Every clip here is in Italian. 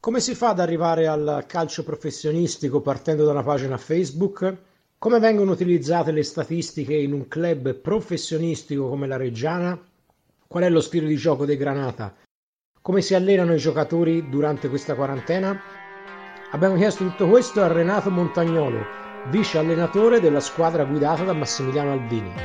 Come si fa ad arrivare al calcio professionistico partendo da una pagina Facebook? Come vengono utilizzate le statistiche in un club professionistico come la Reggiana? Qual è lo stile di gioco dei Granata? Come si allenano i giocatori durante questa quarantena? Abbiamo chiesto tutto questo a Renato Montagnolo, vice allenatore della squadra guidata da Massimiliano Alvini.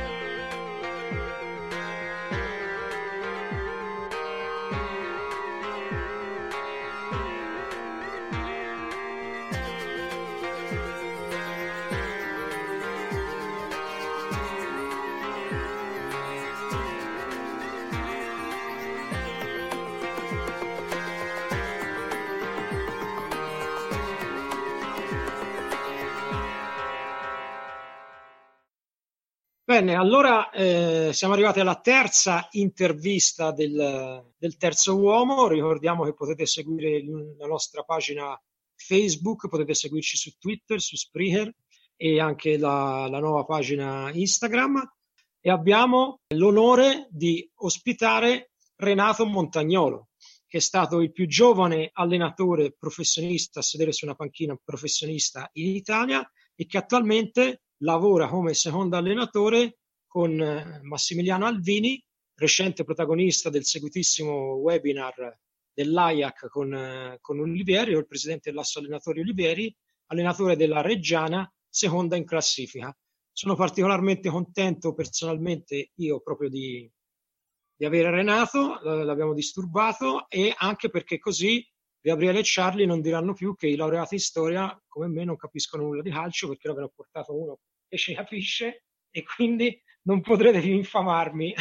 Bene, allora siamo arrivati alla terza intervista del terzo uomo. Ricordiamo che potete seguire la nostra pagina Facebook, potete seguirci su Twitter, su Spreaker e anche la nuova pagina Instagram. E abbiamo l'onore di ospitare Renato Montagnolo, che è stato il più giovane allenatore professionista a sedere su una panchina professionista in Italia e che attualmente lavora come secondo allenatore con Massimiliano Alvini, recente protagonista del seguitissimo webinar dell'AIAC con Olivieri, o il presidente dell'Asso Allenatori Olivieri, allenatore della Reggiana, seconda in classifica. Sono particolarmente contento personalmente io proprio di avere Renato, l'abbiamo disturbato, e anche perché così Gabriele e Charlie non diranno più che i laureati in storia come me non capiscono nulla di calcio, perché io ve ne ho portato uno che ci capisce e quindi non potrete più infamarmi.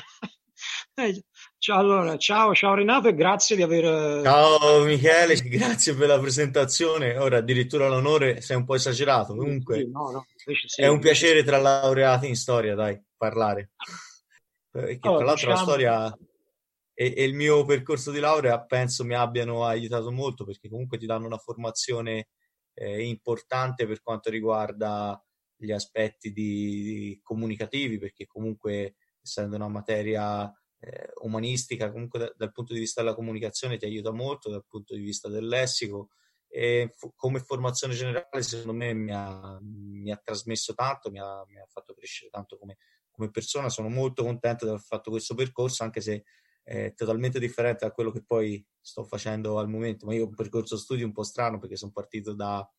Ciao Renato, e grazie di aver... Ciao Michele, grazie per la presentazione. Ora addirittura l'onore sei un po' esagerato. Sì, Comunque no, invece è sì, un invece sì. piacere tra laureati in storia, dai, parlare. Perché Allora, tra l'altro la diciamo, storia e il mio percorso di laurea penso mi abbiano aiutato molto perché comunque ti danno una formazione importante per quanto riguarda gli aspetti comunicativi, perché comunque essendo una materia umanistica, comunque dal punto di vista della comunicazione ti aiuta molto, dal punto di vista del lessico e come formazione generale secondo me mi ha trasmesso tanto, mi ha fatto crescere tanto come persona. Sono molto contento di aver fatto questo percorso, anche se è totalmente differente da quello che poi sto facendo al momento, ma io ho un percorso studi un po' strano perché sono partito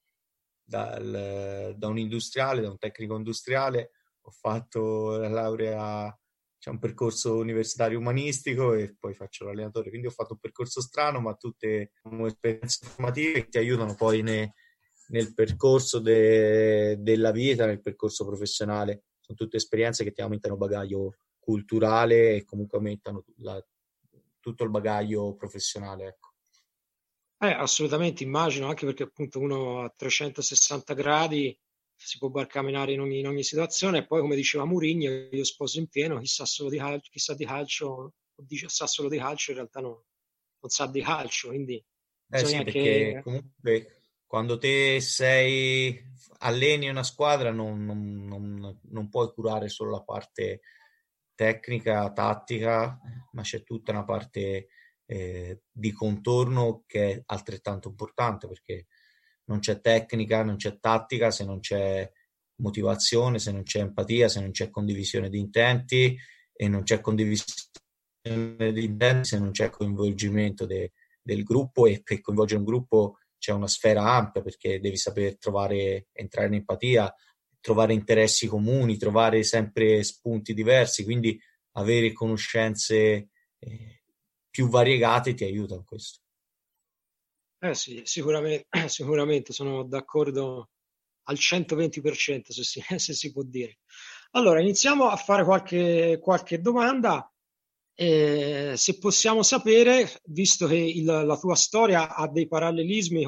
da un industriale, da un tecnico industriale, ho fatto la laurea, c'è un percorso universitario umanistico e poi faccio l'allenatore, quindi ho fatto un percorso strano, ma tutte esperienze formative che ti aiutano poi nel percorso della vita, nel percorso professionale. Sono tutte esperienze che ti aumentano bagaglio culturale e comunque aumentano tutto il bagaglio professionale, ecco. assolutamente, immagino, anche perché appunto uno a 360 gradi si può barcamenare in ogni situazione, e poi come diceva Mourinho, io sposo in pieno, chi sa di calcio, o dice sa solo di calcio, in realtà non sa di calcio, quindi Eh bisogna sì, perché anche... comunque quando te alleni una squadra non puoi curare solo la parte tecnica, tattica, ma c'è tutta una parte di contorno che è altrettanto importante perché non c'è tecnica, non c'è tattica se non c'è motivazione, se non c'è empatia, se non c'è condivisione di intenti e non c'è condivisione di intenti se non c'è coinvolgimento del gruppo, e per coinvolgere un gruppo c'è una sfera ampia perché devi saper entrare in empatia, trovare interessi comuni, trovare sempre spunti diversi, quindi avere conoscenze più variegate ti aiuta in questo. Eh sì, sicuramente, sicuramente sono d'accordo al 120%, se si può dire. Allora, iniziamo a fare qualche domanda. Se possiamo sapere, visto che la tua storia ha dei parallelismi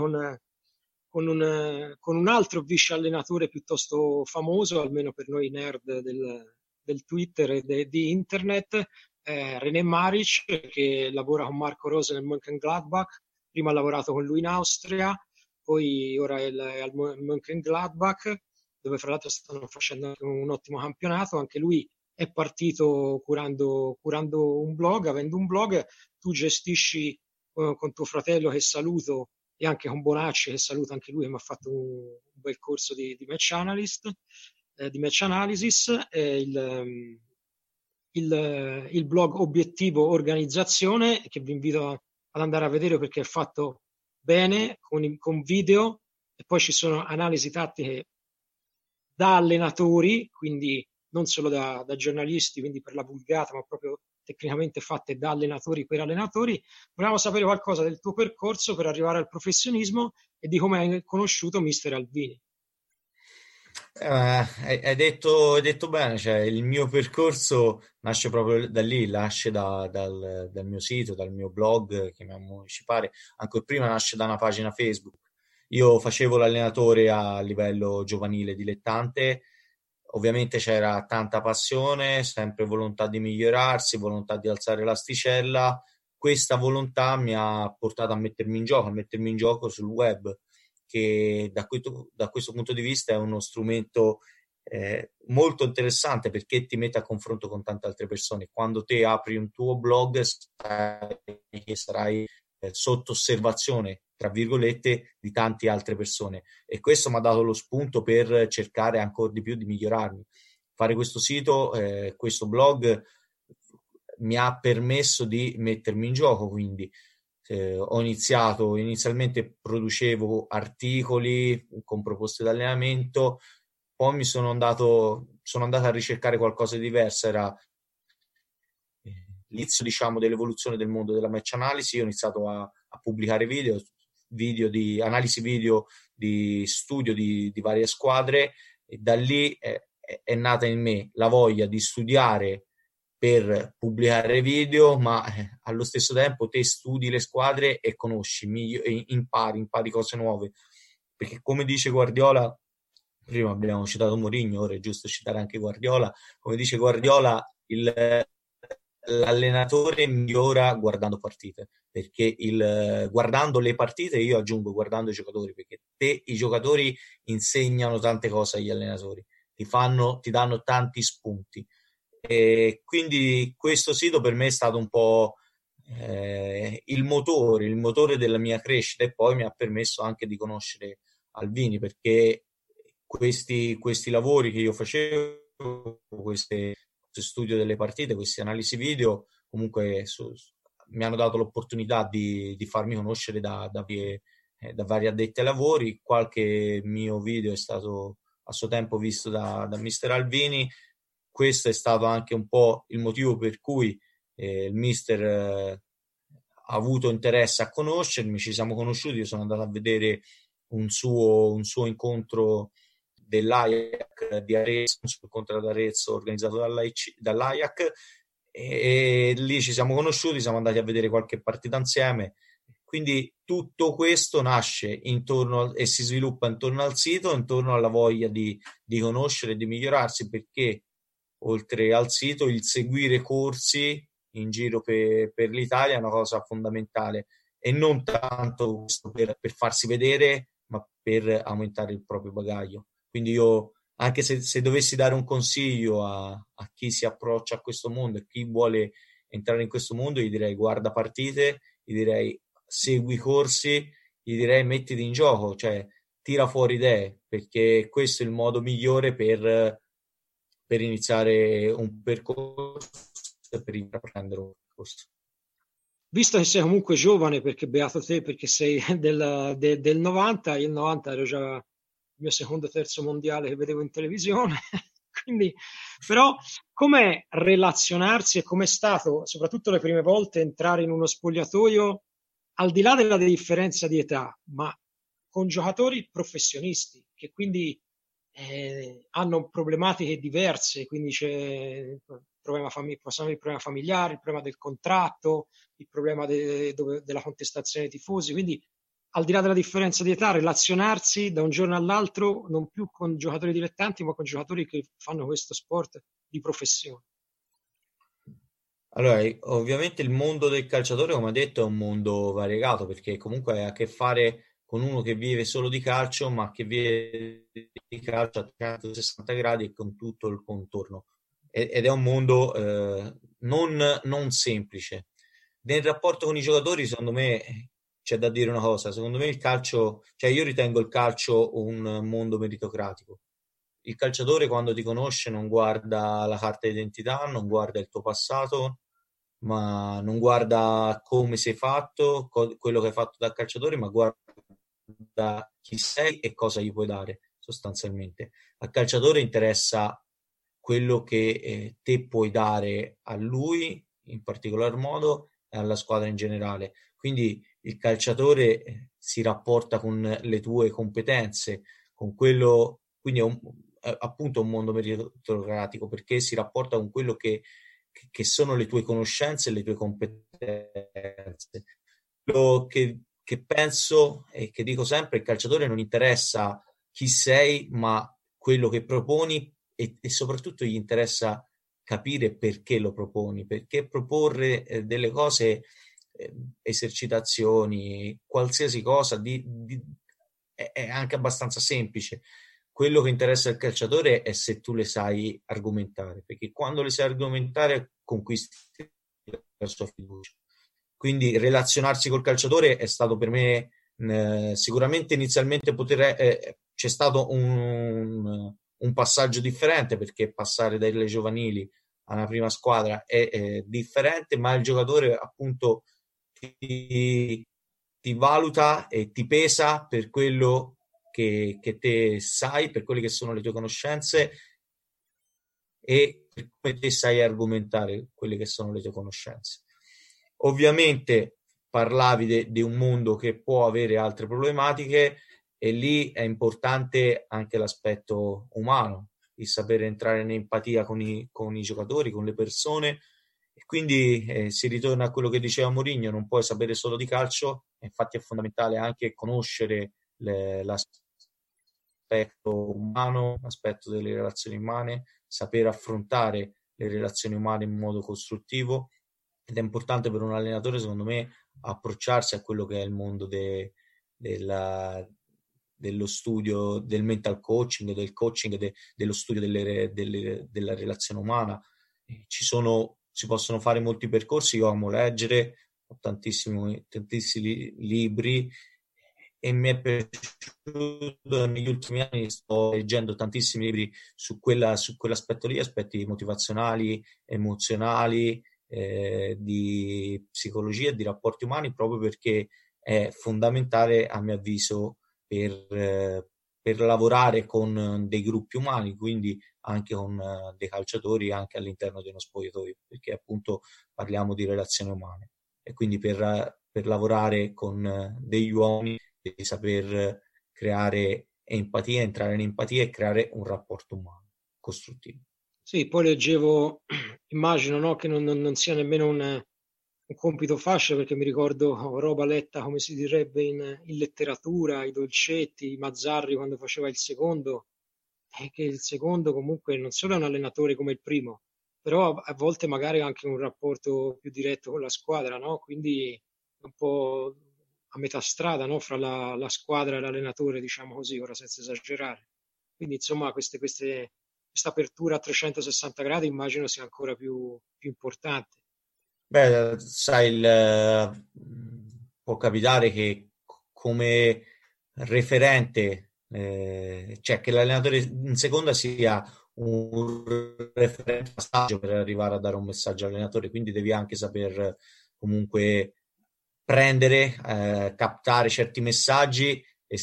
con un altro vice allenatore piuttosto famoso, almeno per noi nerd del Twitter e di Internet, René Maric, che lavora con Marco Rose nel Mönchengladbach, prima ha lavorato con lui in Austria, poi ora è al Mönchengladbach, dove fra l'altro stanno facendo anche un ottimo campionato. Anche lui è partito curando un blog, avendo un blog. Tu gestisci con tuo fratello, che saluto, e anche con Bonacci, che saluta anche lui, che mi ha fatto un bel corso di match analyst, di match analysis, il blog Obiettivo Organizzazione, che vi invito ad andare a vedere perché è fatto bene, con video, e poi ci sono analisi tattiche da allenatori, quindi non solo da giornalisti, quindi per la vulgata, ma proprio tecnicamente fatte da allenatori per allenatori. Volevamo sapere qualcosa del tuo percorso per arrivare al professionismo e di come hai conosciuto Mister Albini. Hai detto bene, cioè il mio percorso nasce proprio da lì, nasce dal mio sito, dal mio blog, chiamiamoci pare, anche prima nasce da una pagina Facebook. Io facevo l'allenatore a livello giovanile dilettante, ovviamente c'era tanta passione, sempre volontà di migliorarsi, volontà di alzare l'asticella. Questa volontà mi ha portato a mettermi in gioco sul web, che da questo punto di vista è uno strumento molto interessante perché ti mette a confronto con tante altre persone. Quando te apri un tuo blog, sai che sarai sotto osservazione, tra virgolette, di tante altre persone, e questo mi ha dato lo spunto per cercare ancora di più di migliorarmi. Fare questo sito, questo blog mi ha permesso di mettermi in gioco, quindi inizialmente producevo articoli con proposte di allenamento, poi sono andato a ricercare qualcosa di diverso, era l'inizio, diciamo, dell'evoluzione del mondo della match analisi. Io ho iniziato a pubblicare video di analisi video di studio di varie squadre, e da lì è nata in me la voglia di studiare per pubblicare video, ma allo stesso tempo te studi le squadre e conosci, impari cose nuove, perché come dice Guardiola, prima abbiamo citato Mourinho, ora è giusto citare anche Guardiola, come dice Guardiola, l'allenatore migliora guardando partite, perché guardando le partite, io aggiungo guardando i giocatori, perché i giocatori insegnano tante cose agli allenatori, ti danno tanti spunti, e quindi questo sito per me è stato un po' il motore della mia crescita, e poi mi ha permesso anche di conoscere Albini, perché questi lavori che io facevo, questo studio delle partite, queste analisi video, comunque mi hanno dato l'opportunità di farmi conoscere da vari addetti ai lavori. Qualche mio video è stato a suo tempo visto da Mister Albini. Questo è stato anche un po' il motivo per cui il Mister ha avuto interesse a conoscermi. Ci siamo conosciuti, io sono andato a vedere un suo incontro dell'AIAC di Arezzo, un suo incontro ad Arezzo organizzato dall'AIAC, e lì ci siamo conosciuti, siamo andati a vedere qualche partita insieme. Quindi tutto questo nasce e si sviluppa intorno al sito, intorno alla voglia di conoscere e di migliorarsi, perché oltre al sito il seguire corsi in giro per l'Italia è una cosa fondamentale, e non tanto per farsi vedere, ma per aumentare il proprio bagaglio. Quindi io, anche se dovessi dare un consiglio a chi si approccia a questo mondo e chi vuole entrare in questo mondo, gli direi guarda partite, gli direi segui corsi, gli direi mettiti in gioco, cioè tira fuori idee, perché questo è il modo migliore per iniziare un percorso e per intraprendere un percorso. Visto che sei comunque giovane, perché beato te, perché sei del 90, il 90 ero già il mio secondo o terzo mondiale che vedevo in televisione, quindi, però com'è relazionarsi e com'è stato, soprattutto le prime volte, entrare in uno spogliatoio, al di là della differenza di età, ma con giocatori professionisti, che quindi hanno problematiche diverse, quindi c'è il possiamo dire il problema familiare, il problema del contratto, il problema della contestazione dei tifosi, quindi al di là della differenza di età, relazionarsi da un giorno all'altro non più con giocatori dilettanti, ma con giocatori che fanno questo sport di professione. Allora, ovviamente il mondo del calciatore, come ha detto, è un mondo variegato, perché comunque hai a che fare con uno che vive solo di calcio, ma che vive di calcio a 360 gradi e con tutto il contorno. Ed è un mondo non semplice. Nel rapporto con i giocatori, secondo me, c'è da dire una cosa, secondo me il calcio, cioè io ritengo il calcio un mondo meritocratico. Il calciatore quando ti conosce non guarda la carta d'identità, non guarda il tuo passato, ma non guarda come sei fatto, quello che hai fatto da calciatore, ma guarda chi sei e cosa gli puoi dare sostanzialmente. Al calciatore interessa quello che te puoi dare a lui in particolar modo e alla squadra in generale. Quindi il calciatore si rapporta con le tue competenze, con quello, quindi è appunto un mondo meritocratico perché si rapporta con quello che sono le tue conoscenze e le tue competenze. Quello che penso e che dico sempre, il calciatore non interessa chi sei, ma quello che proponi e soprattutto gli interessa capire perché lo proponi, perché proporre delle cose, esercitazioni, qualsiasi cosa è anche abbastanza semplice. Quello che interessa al calciatore è se tu le sai argomentare, perché quando le sai argomentare conquisti la sua fiducia. Quindi relazionarsi col calciatore è stato per me sicuramente inizialmente c'è stato un passaggio differente perché passare dalle giovanili alla prima squadra è differente, ma il giocatore appunto ti, ti valuta e ti pesa per quello che te sai, per quelle che sono le tue conoscenze e per come te sai argomentare quelle che sono le tue conoscenze. Ovviamente parlavi di un mondo che può avere altre problematiche e lì è importante anche l'aspetto umano, il sapere entrare in empatia con i giocatori, con le persone e quindi si ritorna a quello che diceva Mourinho, non puoi sapere solo di calcio, infatti è fondamentale anche conoscere l'aspetto umano, l'aspetto delle relazioni umane, saper affrontare le relazioni umane in modo costruttivo ed è importante per un allenatore, secondo me, approcciarsi a quello che è il mondo della, dello studio del mental coaching, del coaching, dello studio della relazione umana. Si possono fare molti percorsi, io amo leggere, ho tantissimi libri e mi è piaciuto negli ultimi anni, sto leggendo tantissimi libri su quell'aspetto lì, aspetti motivazionali, emozionali, di psicologia e di rapporti umani, proprio perché è fondamentale, a mio avviso, per lavorare con dei gruppi umani, quindi anche con dei calciatori, anche all'interno di uno spogliatoio, perché appunto parliamo di relazioni umane. E quindi per lavorare con degli uomini devi saper creare empatia, entrare in empatia e creare un rapporto umano costruttivo. Sì, poi leggevo, immagino, no, che non sia nemmeno un compito facile perché mi ricordo roba letta, come si direbbe in letteratura, i Dolcetti, i Mazzarri quando faceva il secondo, è che il secondo comunque non solo è un allenatore come il primo, però a volte magari ha anche un rapporto più diretto con la squadra, no? Quindi è un po' a metà strada, no? Fra la squadra e l'allenatore, diciamo così, ora senza esagerare. Quindi insomma questa apertura a 360 gradi immagino sia ancora più importante. Beh, sai, può capitare che come referente, cioè che l'allenatore in seconda sia un referente passaggio per arrivare a dare un messaggio all'allenatore, quindi devi anche saper comunque prendere, captare certi messaggi e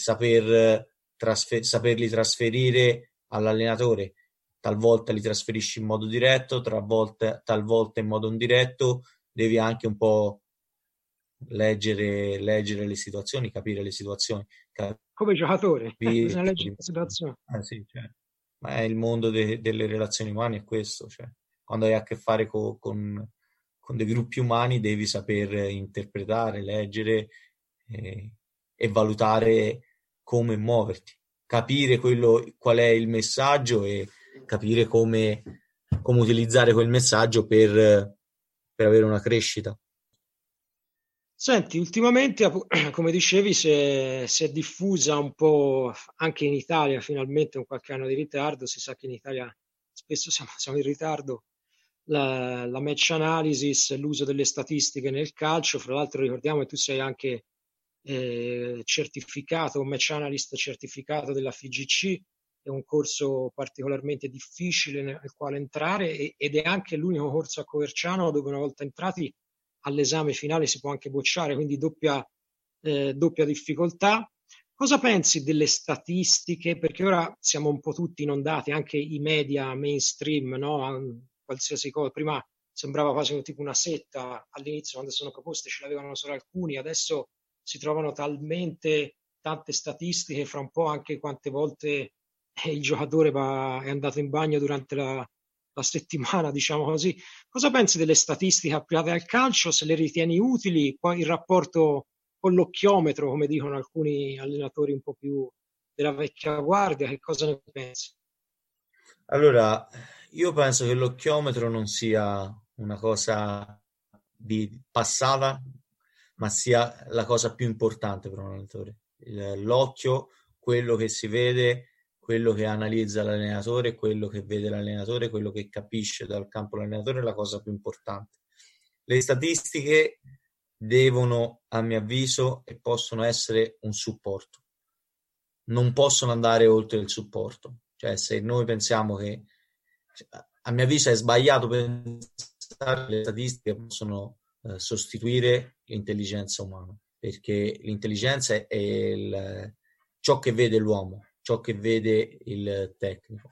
saperli trasferire all'allenatore. Talvolta li trasferisci in modo diretto, talvolta in modo indiretto, devi anche un po' leggere le situazioni, capire le situazioni, Come giocatore, capire bisogna leggere la situazione. sì, cioè, ma è il mondo delle relazioni umane è questo, cioè, quando hai a che fare con dei gruppi umani devi saper interpretare, leggere e valutare come muoverti, capire qual è il messaggio e capire come utilizzare quel messaggio per avere una crescita. Senti, ultimamente, come dicevi, si è diffusa un po' anche in Italia, finalmente, con qualche anno di ritardo. Si sa che in Italia spesso siamo in ritardo. La match analysis, l'uso delle statistiche nel calcio. Fra l'altro, ricordiamo che tu sei anche certificato, match analyst certificato della FIGC. È un corso particolarmente difficile nel quale entrare ed è anche l'unico corso a Coverciano dove una volta entrati all'esame finale si può anche bocciare, quindi doppia difficoltà. Cosa pensi delle statistiche? Perché ora siamo un po' tutti inondati, anche i media mainstream, no? Qualsiasi cosa. Prima sembrava quasi tipo una setta all'inizio, quando sono proposte ce l'avevano solo alcuni, adesso si trovano talmente tante statistiche, fra un po' anche quante volte il giocatore è andato in bagno durante la settimana, diciamo così. Cosa pensi delle statistiche applicate al calcio? Se le ritieni utili? Poi il rapporto con l'occhiometro, come dicono alcuni allenatori un po' più della vecchia guardia, che cosa ne pensi? Allora, io penso che l'occhiometro non sia una cosa di passata, ma sia la cosa più importante per un allenatore. L'occhio, quello che si vede, quello che analizza l'allenatore, quello che vede l'allenatore, quello che capisce dal campo l'allenatore è la cosa più importante. Le statistiche devono, a mio avviso, e possono essere un supporto. Non possono andare oltre il supporto. Cioè, se noi pensiamo che, a mio avviso, è sbagliato pensare che le statistiche possono sostituire l'intelligenza umana, perché l'intelligenza è ciò che vede l'uomo, ciò che vede il tecnico,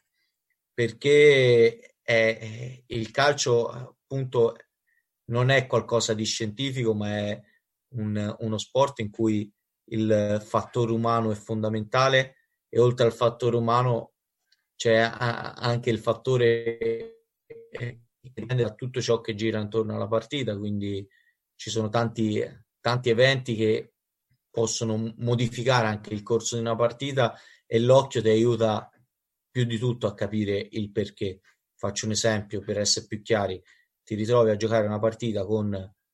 perché il calcio, appunto, non è qualcosa di scientifico, ma è uno sport in cui il fattore umano è fondamentale e oltre al fattore umano c'è anche il fattore che dipende da tutto ciò che gira intorno alla partita, quindi ci sono tanti eventi che possono modificare anche il corso di una partita e l'occhio ti aiuta più di tutto a capire il perché. Faccio un esempio per essere più chiari: ti ritrovi a giocare una partita con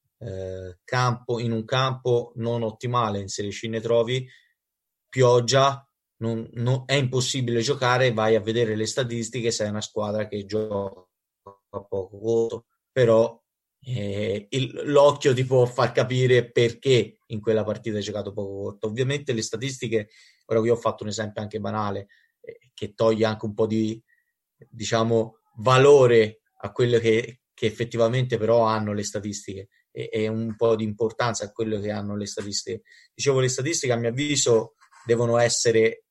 in un campo non ottimale, in Serie C ne trovi, pioggia, è impossibile giocare, vai a vedere le statistiche, sei una squadra che gioca poco voto, però l'occhio ti può far capire perché in quella partita hai giocato poco voto. Ovviamente le statistiche, ora qui ho fatto un esempio anche banale, che toglie anche un po' di, diciamo, valore a quello che effettivamente però hanno le statistiche e un po' di importanza a quello che hanno le statistiche. Dicevo, le statistiche a mio avviso devono essere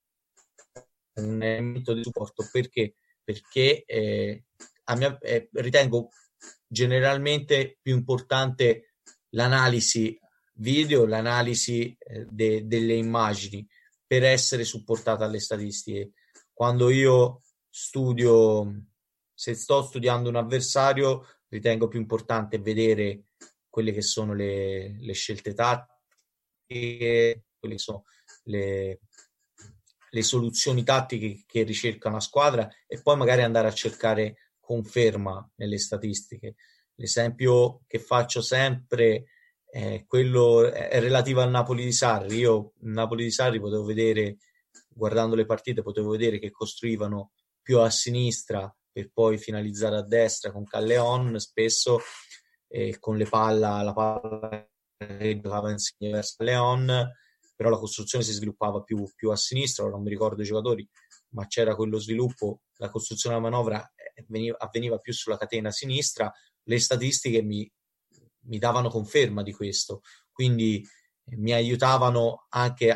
un elemento di supporto perché ritengo generalmente più importante l'analisi video, l'analisi delle immagini per essere supportata alle statistiche. Quando io se sto studiando un avversario, ritengo più importante vedere quelle che sono le scelte tattiche, quelle che sono le soluzioni tattiche che ricerca una squadra e poi magari andare a cercare conferma nelle statistiche. L'esempio che faccio sempre quello è relativo al Napoli di Sarri. Io il Napoli di Sarri potevo vedere, guardando le partite, potevo vedere che costruivano più a sinistra per poi finalizzare a destra con Calleon spesso, con la palla che giocava insieme verso Leon, però la costruzione si sviluppava più a sinistra. Ora non mi ricordo i giocatori, ma c'era quello sviluppo, la costruzione della manovra avveniva più sulla catena sinistra. Le statistiche mi davano conferma di questo, quindi mi aiutavano anche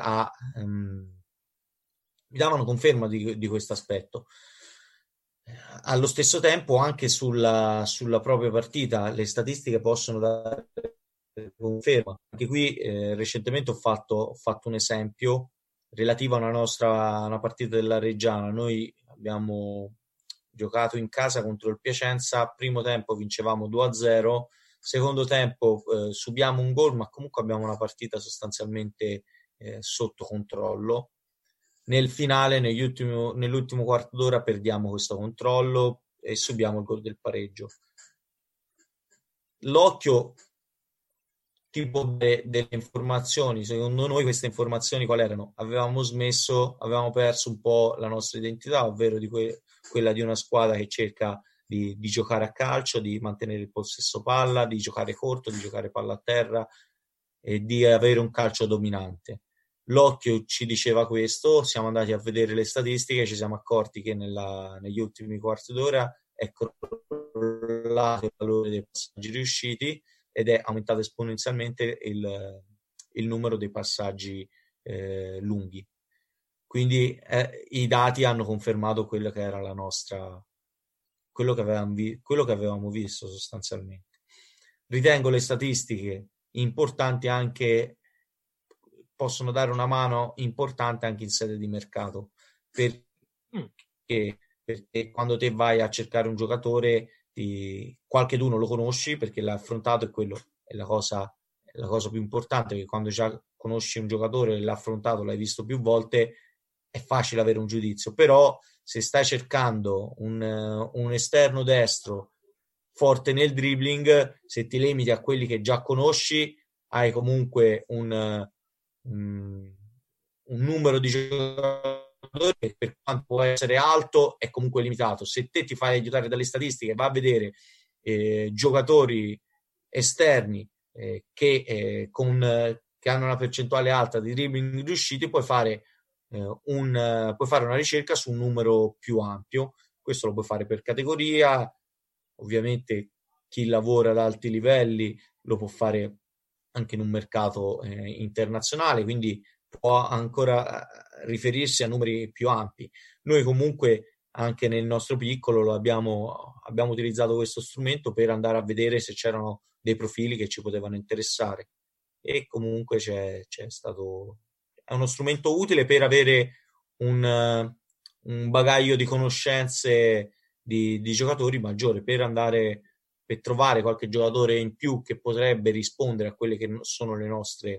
mi davano conferma di questo aspetto. Allo stesso tempo anche sulla propria partita le statistiche possono dare conferma. Anche qui recentemente ho fatto un esempio relativo a una partita della Reggiana. Noi abbiamo giocato in casa contro il Piacenza, primo tempo vincevamo 2-0, secondo tempo subiamo un gol, ma comunque abbiamo una partita sostanzialmente sotto controllo. Nel finale, nell'ultimo quarto d'ora, perdiamo questo controllo e subiamo il gol del pareggio. L'occhio tipo delle informazioni, secondo noi queste informazioni quali erano? Avevamo perso un po' la nostra identità, ovvero quella di una squadra che cerca di giocare a calcio, di mantenere il possesso palla, di giocare corto, di giocare palla a terra, e di avere un calcio dominante. L'occhio ci diceva questo, siamo andati a vedere le statistiche e ci siamo accorti che negli ultimi quarti d'ora è crollato il valore dei passaggi riusciti ed è aumentato esponenzialmente il numero dei passaggi lunghi. Quindi i dati hanno confermato quello che era quello che avevamo visto sostanzialmente. Ritengo le statistiche importanti anche, possono dare una mano importante anche in sede di mercato, perché quando te vai a cercare un giocatore, qualcheduno lo conosci perché l'ha affrontato, e quello è la cosa più importante, che quando già conosci un giocatore, l'ha affrontato, l'hai visto più volte, è facile avere un giudizio. Però se stai cercando un esterno destro forte nel dribbling, se ti limiti a quelli che già conosci, hai comunque un numero di giocatori che, per quanto può essere alto, è comunque limitato. Se te ti fai aiutare dalle statistiche, va a vedere giocatori esterni che hanno una percentuale alta di dribbling riusciti, puoi fare una ricerca su un numero più ampio. Questo lo puoi fare per categoria. Ovviamente chi lavora ad alti livelli lo può fare anche in un mercato internazionale, quindi può ancora riferirsi a numeri più ampi. Noi comunque anche nel nostro piccolo abbiamo utilizzato questo strumento per andare a vedere se c'erano dei profili che ci potevano interessare, e comunque è uno strumento utile per avere un bagaglio di conoscenze di giocatori maggiore, per trovare qualche giocatore in più che potrebbe rispondere a quelle che sono le nostre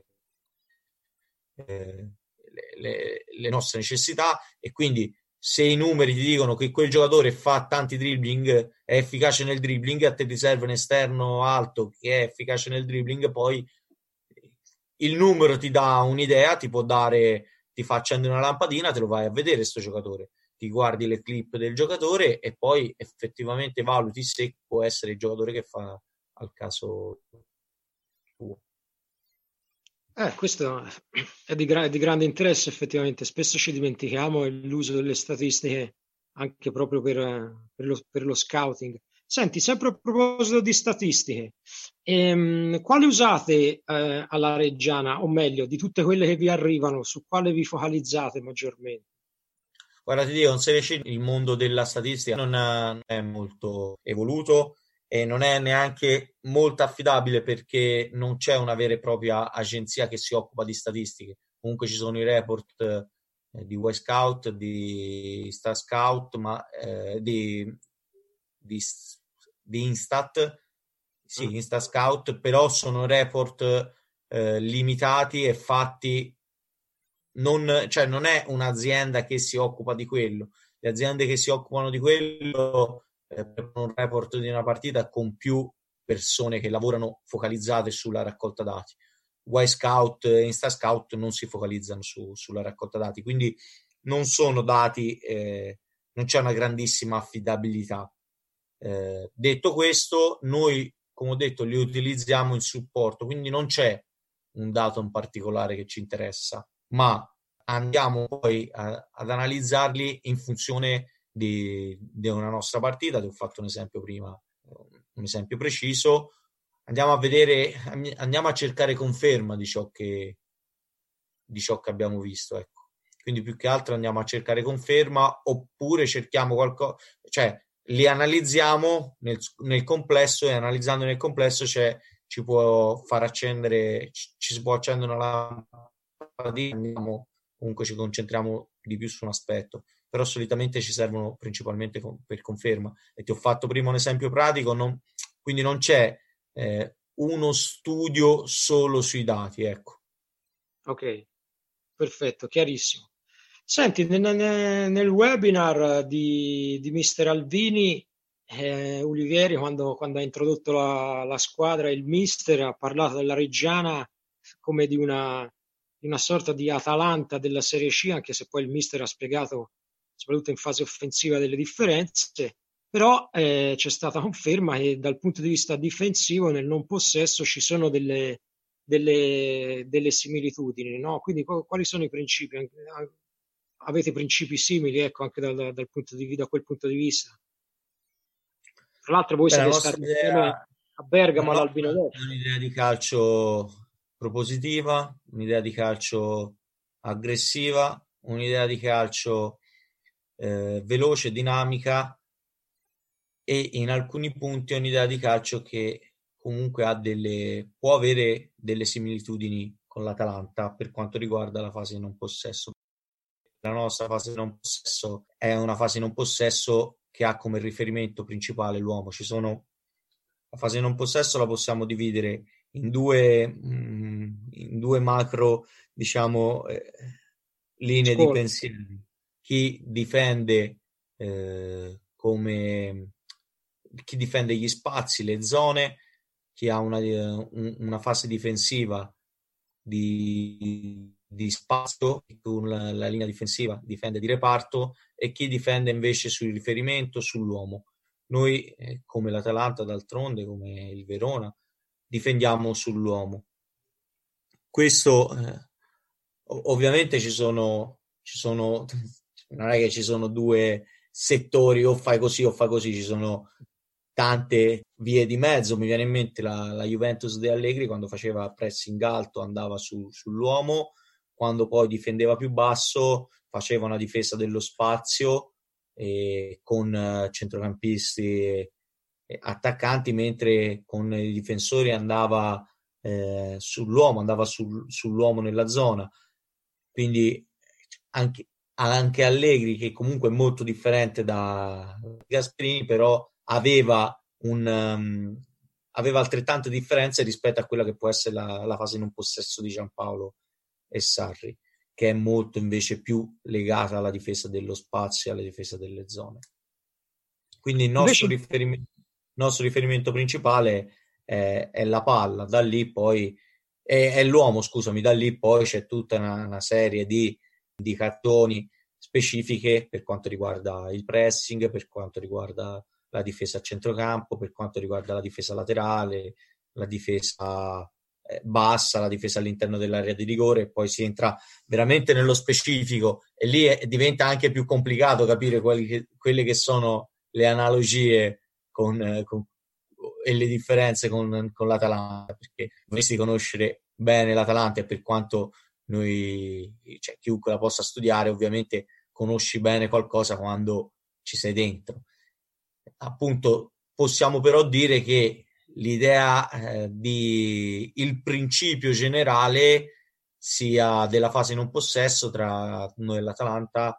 necessità. E quindi, se i numeri ti dicono che quel giocatore fa tanti dribbling, è efficace nel dribbling, a te ti serve un esterno alto che è efficace nel dribbling, poi il numero ti dà un'idea, ti fa accendere una lampadina, te lo vai a vedere sto giocatore, ti guardi le clip del giocatore e poi effettivamente valuti se può essere il giocatore che fa al caso tuo. Questo è di grande interesse, effettivamente. Spesso ci dimentichiamo l'uso delle statistiche anche proprio per lo scouting. Senti, sempre a proposito di statistiche, quali usate alla Reggiana, o meglio, di tutte quelle che vi arrivano, su quale vi focalizzate maggiormente? Guarda, ti dico, in Serie C il mondo della statistica non è molto evoluto e non è neanche molto affidabile, perché non c'è una vera e propria agenzia che si occupa di statistiche. Comunque ci sono i report di Y-Scout, di StatScout, ma di Instat, sì, InstaScout, però sono report limitati e fatti. Cioè non è un'azienda che si occupa di quello. Le aziende che si occupano di quello un report di una partita con più persone che lavorano focalizzate sulla raccolta dati. Y-Scout e InstaScout non si focalizzano sulla raccolta dati, quindi non sono dati, non c'è una grandissima affidabilità. Detto questo, noi, come ho detto, li utilizziamo in supporto, quindi non c'è un dato in particolare che ci interessa, ma andiamo poi ad analizzarli in funzione di una nostra partita. Ti ho fatto un esempio prima, un esempio preciso. Andiamo a vedere, andiamo a cercare conferma di ciò che abbiamo visto, ecco. Quindi più che altro andiamo a cercare conferma, oppure cerchiamo qualcosa, cioè li analizziamo nel complesso, e analizzando nel complesso ci può far accendere, ci si può accendere una lampadina. Comunque ci concentriamo di più su un aspetto, però solitamente ci servono principalmente per conferma. E ti ho fatto prima un esempio pratico, quindi non c'è uno studio solo sui dati, ecco. Ok, perfetto, chiarissimo. Senti, nel webinar di Mister Alvini, Olivieri, quando ha introdotto la squadra, il Mister ha parlato della Reggiana come di una sorta di Atalanta della Serie C, anche se poi il Mister ha spiegato, soprattutto in fase offensiva, delle differenze. Però c'è stata conferma che dal punto di vista difensivo, nel non possesso, ci sono delle similitudini, no? Quindi quali sono i principi? Avete principi simili, ecco, anche da quel punto di vista? Tra l'altro voi Beh, siete stati insieme a la Bergamo all'Albino nostra è d'Oro. un'idea di calcio propositiva, un'idea di calcio aggressiva, un'idea di calcio veloce, dinamica, e in alcuni punti è un'idea di calcio che comunque può avere delle similitudini con l'Atalanta per quanto riguarda la fase non possesso. La nostra fase non possesso è una fase non possesso che ha come riferimento principale l'uomo. La fase non possesso la possiamo dividere in due macro, diciamo, linee di Scuola. pensiero. Chi difende come chi difende gli spazi, le zone, chi ha una fase difensiva di spazio, con la linea difensiva difende di reparto, e chi difende invece sul riferimento sull'uomo. Noi, come l'Atalanta d'altronde, come il Verona, difendiamo sull'uomo. Questo ovviamente ci sono non è che ci sono due settori, o fai così o fai così, ci sono tante vie di mezzo. Mi viene in mente la Juventus di Allegri, quando faceva pressing alto andava sull'uomo, quando poi difendeva più basso faceva una difesa dello spazio con centrocampisti e attaccanti, mentre con i difensori andava sull'uomo, sull'uomo nella zona. Quindi anche Allegri, che comunque è molto differente da Gasperini, però aveva altrettante differenze rispetto a quella che può essere la fase in un possesso di Giampaolo e Sarri, che è molto invece più legata alla difesa dello spazio e alla difesa delle zone. Quindi il nostro Invece, riferimento principale è la palla, da lì poi è l'uomo, scusami, da lì poi c'è tutta una serie di indicazioni specifiche per quanto riguarda il pressing, per quanto riguarda la difesa a centrocampo, per quanto riguarda la difesa laterale, la difesa bassa, la difesa all'interno dell'area di rigore, e poi si entra veramente nello specifico, e lì diventa anche più complicato capire quelle che sono le analogie e le differenze con l'Atalanta, perché dovresti conoscere bene l'Atalanta, e per quanto chiunque la possa studiare, ovviamente conosci bene qualcosa quando ci sei dentro. Appunto, possiamo però dire che l'idea il principio generale sia della fase non possesso tra noi e l'Atalanta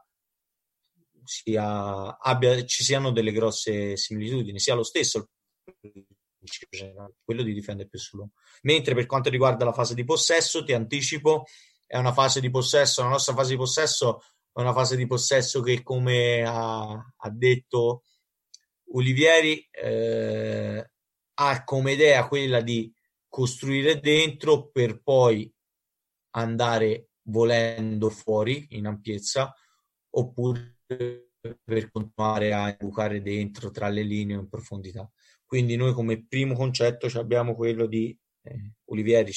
ci siano delle grosse similitudini, sia lo stesso principio generale, quello di difendere più sull'uomo. Mentre per quanto riguarda la fase di possesso, ti anticipo, è una fase di possesso, la nostra fase di possesso è una fase di possesso che, come ha detto Olivieri, ha come idea quella di costruire dentro per poi andare volendo fuori in ampiezza, oppure per continuare a educare dentro tra le linee in profondità. Quindi noi come primo concetto abbiamo quello di Olivieri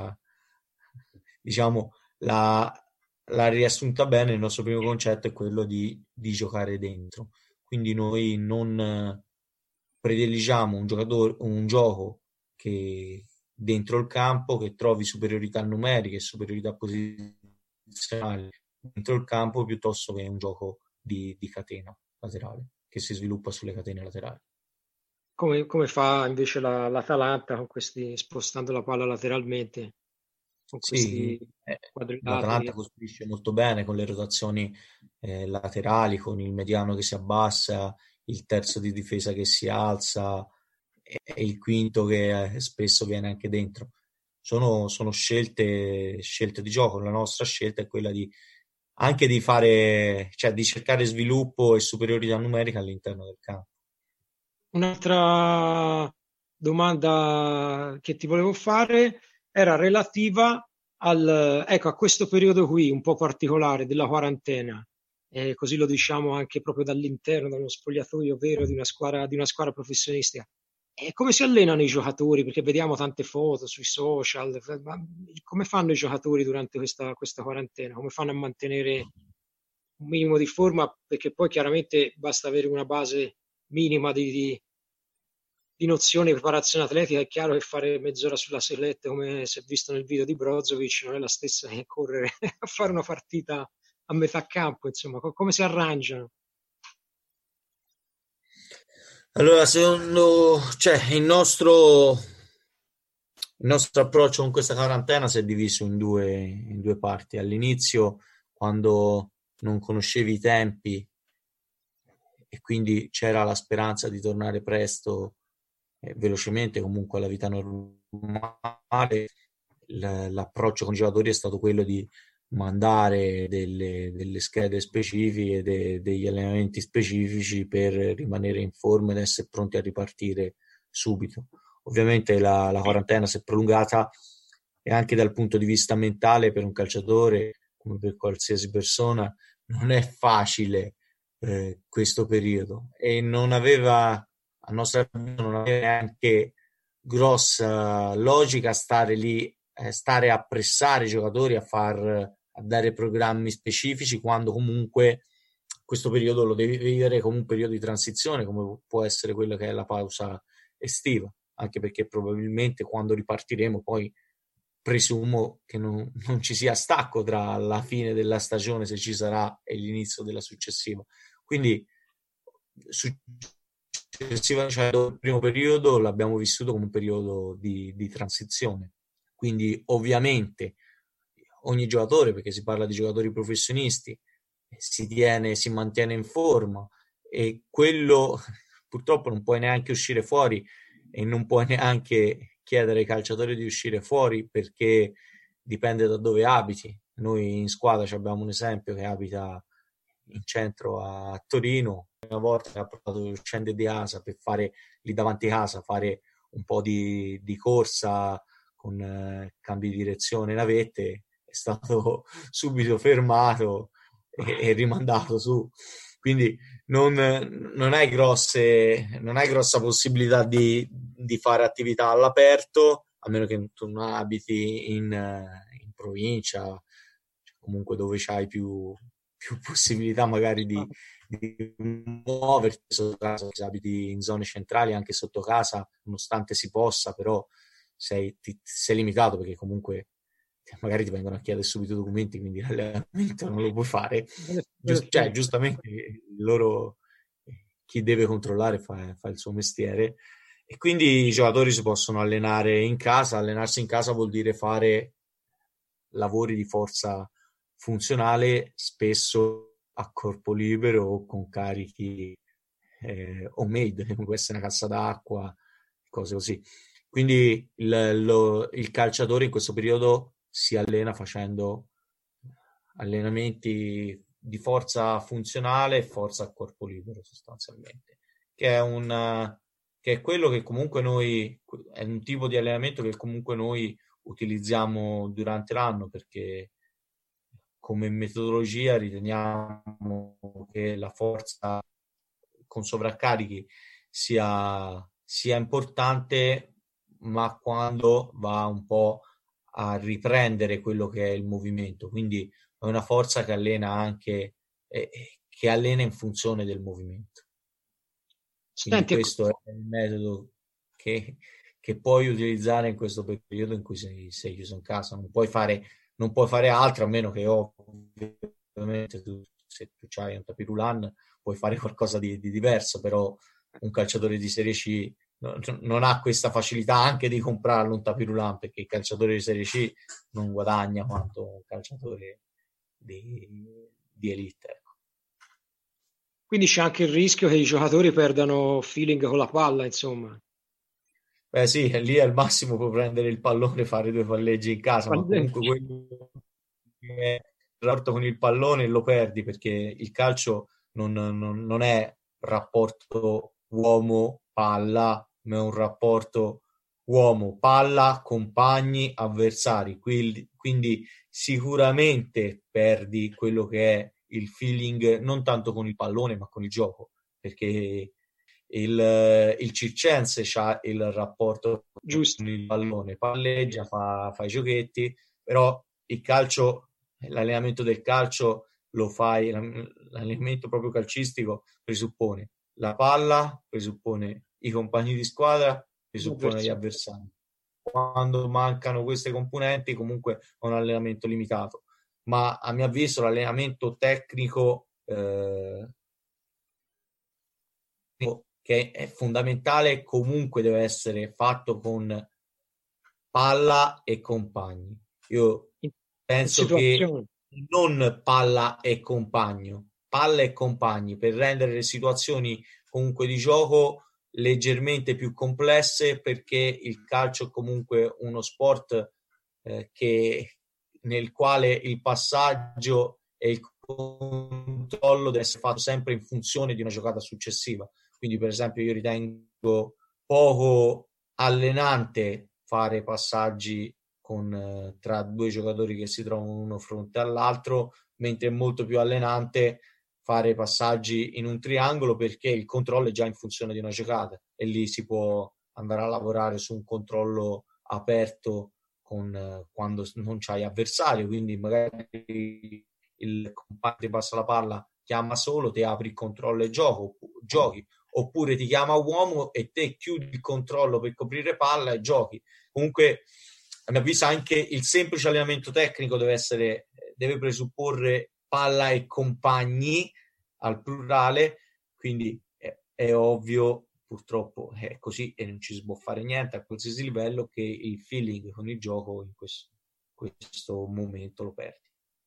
diciamo l'ha riassunta bene. Il nostro primo concetto è quello di giocare dentro. Quindi noi non prediligiamo un gioco che dentro il campo, che trovi superiorità numeriche e superiorità posizionali dentro il campo, piuttosto che un gioco di catena laterale che si sviluppa sulle catene laterali. come fa invece l'Atalanta con spostando la palla lateralmente, con Sì, questi quadrilateri? l'Atalanta costruisce molto bene con le rotazioni laterali, con il mediano che si abbassa, il terzo di difesa che si alza e il quinto che spesso viene anche dentro. Sono scelte di gioco. La nostra scelta è quella anche di fare, cioè di cercare sviluppo e superiorità numerica all'interno del campo. Un'altra domanda che ti volevo fare era relativa ecco, a questo periodo qui un po' particolare della quarantena, così lo diciamo anche proprio dall'interno, dallo spogliatoio vero di una squadra professionistica. E come si allenano i giocatori? Perché vediamo tante foto sui social, ma come fanno i giocatori durante questa quarantena? Come fanno a mantenere un minimo di forma? Perché poi chiaramente basta avere una base minima di nozione di preparazione atletica. È chiaro che fare mezz'ora sulla selletta, come si è visto nel video di Brozovic, non è la stessa che correre a fare una partita a metà campo, insomma, come si arrangiano? Allora, cioè, il nostro approccio con questa quarantena si è diviso in due parti. All'inizio, quando non conoscevi i tempi e quindi c'era la speranza di tornare presto e velocemente comunque alla vita normale, l'approccio con i giocatori è stato quello di mandare delle schede specifiche e degli allenamenti specifici per rimanere in forma ed essere pronti a ripartire subito. Ovviamente la quarantena si è prolungata e anche dal punto di vista mentale per un calciatore, come per qualsiasi persona, non è facile questo periodo e non aveva, a nostro avviso, non aveva neanche grossa logica stare lì, stare a pressare i giocatori a dare programmi specifici quando comunque questo periodo lo devi vedere come un periodo di transizione, come può essere quella che è la pausa estiva, anche perché probabilmente quando ripartiremo poi presumo che non ci sia stacco tra la fine della stagione, se ci sarà, e l'inizio della successiva. Quindi cioè, il primo periodo l'abbiamo vissuto come un periodo di transizione. Quindi ovviamente ogni giocatore, perché si parla di giocatori professionisti, si mantiene in forma e quello purtroppo non puoi neanche uscire fuori e non puoi neanche chiedere ai calciatori di uscire fuori perché dipende da dove abiti. Noi in squadra abbiamo un esempio che abita in centro a Torino. Una volta ha provato a scendere di casa per fare lì davanti a casa, fare un po' di corsa con cambi di direzione, navette, è stato subito fermato e rimandato su. Quindi non hai grossa possibilità di fare attività all'aperto, a meno che tu non abiti in provincia, comunque dove c'hai più possibilità magari di muoverti, se abiti in zone centrali, anche sotto casa, nonostante si possa, però sei limitato perché comunque magari ti vengono a chiedere subito documenti, quindi l'allenamento non lo puoi fare. Cioè, giustamente loro, chi deve controllare fa il suo mestiere e quindi i giocatori si possono allenare in casa. Allenarsi in casa vuol dire fare lavori di forza funzionale, spesso a corpo libero o con carichi homemade, come può essere una cassa d'acqua, cose così. Quindi il calciatore in questo periodo si allena facendo allenamenti di forza funzionale e forza a corpo libero sostanzialmente, che è quello che comunque noi, è un tipo di allenamento che comunque noi utilizziamo durante l'anno perché come metodologia riteniamo che la forza con sovraccarichi sia importante, ma quando va un po' a riprendere quello che è il movimento. Quindi è una forza che allena anche, che allena in funzione del movimento. Quindi Senti, questo è il metodo che puoi utilizzare in questo periodo in cui sei chiuso in casa. Non puoi fare altro, a meno che ovviamente se tu hai un tapirulan puoi fare qualcosa di diverso, però un calciatore di Serie C non ha questa facilità anche di comprarlo un tapirulan, perché il calciatore di Serie C non guadagna quanto un calciatore di elite. Ecco. quindi c'è anche il rischio che i giocatori perdano feeling con la palla, insomma. Beh sì, lì al massimo puoi prendere il pallone e fare due palleggi in casa, ma comunque quello che è il rapporto con il pallone lo perdi perché il calcio non è rapporto uomo-palla, ma è un rapporto uomo-palla, compagni, avversari. Quindi sicuramente perdi quello che è il feeling non tanto con il pallone, ma con il gioco, perché il circense c'ha il rapporto Giusto. con il pallone, palleggia, fa i giochetti, però il calcio, l'allenamento del calcio lo fai, l'allenamento proprio calcistico presuppone la palla, presuppone i compagni di squadra, presuppone gli avversari. Quando mancano queste componenti, comunque è un allenamento limitato. Ma a mio avviso l'allenamento tecnico che è fondamentale, comunque deve essere fatto con palla e compagni. Io penso che non palla e compagno, palla e compagni, per rendere le situazioni comunque di gioco leggermente più complesse, perché il calcio è comunque uno sport nel quale il passaggio e il controllo deve essere fatto sempre in funzione di una giocata successiva. Quindi, per esempio, io ritengo poco allenante fare passaggi tra due giocatori che si trovano uno fronte all'altro, mentre è molto più allenante fare passaggi in un triangolo, perché il controllo è già in funzione di una giocata e lì si può andare a lavorare su un controllo aperto quando non c'hai avversario, quindi magari il compagno ti passa la palla, chiama solo, ti apri il controllo e giochi, oppure ti chiama uomo e te chiudi il controllo per coprire palla e giochi. Comunque, a mio avviso, anche il semplice allenamento tecnico deve presupporre palla e compagni al plurale, quindi è ovvio, purtroppo è così e non ci si può fare niente a qualsiasi livello, che il feeling con il gioco in questo momento lo perdi.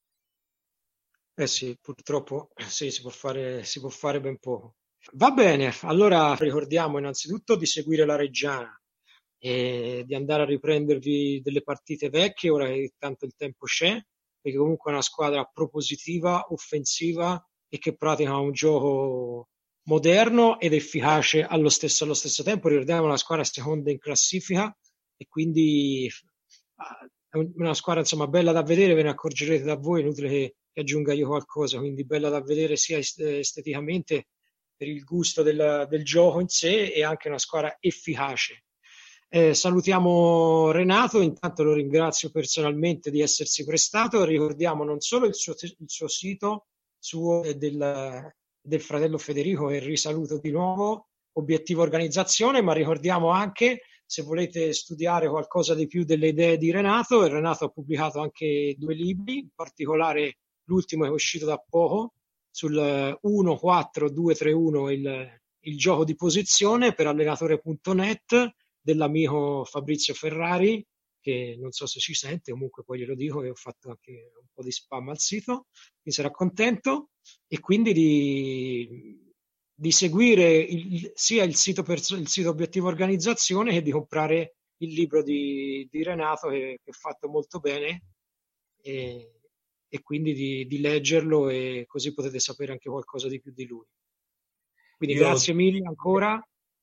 Sì, purtroppo sì, si può fare ben poco. Va bene, allora ricordiamo innanzitutto di seguire la Reggiana e di andare a riprendervi delle partite vecchie, ora che tanto il tempo c'è, perché comunque è una squadra propositiva, offensiva e che pratica un gioco moderno ed efficace allo stesso tempo. Ricordiamo la squadra seconda in classifica e quindi è una squadra insomma bella da vedere, ve ne accorgerete da voi, è inutile che aggiunga io qualcosa, quindi bella da vedere sia esteticamente per il gusto del gioco in sé e anche una squadra efficace. Salutiamo Renato, intanto lo ringrazio personalmente di essersi prestato, ricordiamo non solo il suo sito suo e del fratello Federico, e risaluto di nuovo, Obiettivo Organizzazione, ma ricordiamo anche, se volete studiare qualcosa di più delle idee di Renato, Renato ha pubblicato anche 2 libri, in particolare l'ultimo è uscito da poco, sul 1-4-2-3-1, il gioco di posizione per allenatore.net, dell'amico Fabrizio Ferrari, che non so se ci sente, comunque poi glielo dico che ho fatto anche un po' di spam al sito, mi sarà contento, e quindi di seguire sia il sito Obiettivo Organizzazione che di comprare il libro di Renato che è fatto molto bene e quindi di leggerlo, e così potete sapere anche qualcosa di più di lui. Quindi grazie mille ancora.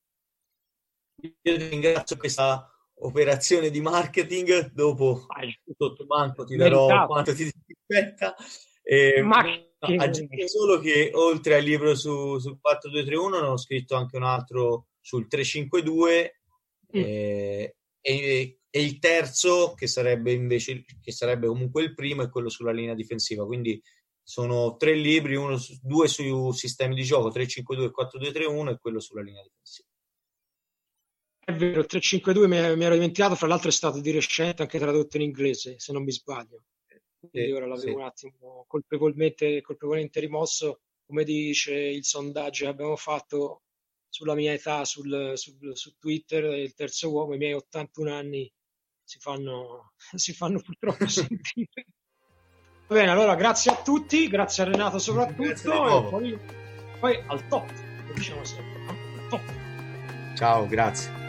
Io ti ringrazio per questa operazione di marketing, dopo sotto banco ti darò quanto ti aspetta. Aggiungo solo che oltre al libro sul 4-2-3-1 ne ho scritto anche un altro sul 3-5-2 e il terzo, che sarebbe comunque il primo, è quello sulla linea difensiva. Quindi sono 3 libri, 2 sui sistemi di gioco 3-5-2 e 4-2-3-1 e quello sulla linea difensiva. È vero, il 3-5-2 mi ero dimenticato, fra l'altro è stato di recente anche tradotto in inglese, se non mi sbaglio. Quindi ora l'avevo un attimo colpevolmente rimosso. Come dice il sondaggio che abbiamo fatto sulla mia età su Twitter, il terzo uomo, i miei 81 anni si fanno purtroppo sentire. Va bene, allora grazie a tutti, grazie a Renato soprattutto, e poi al top, lo diciamo sempre, no? Al top. Ciao, grazie.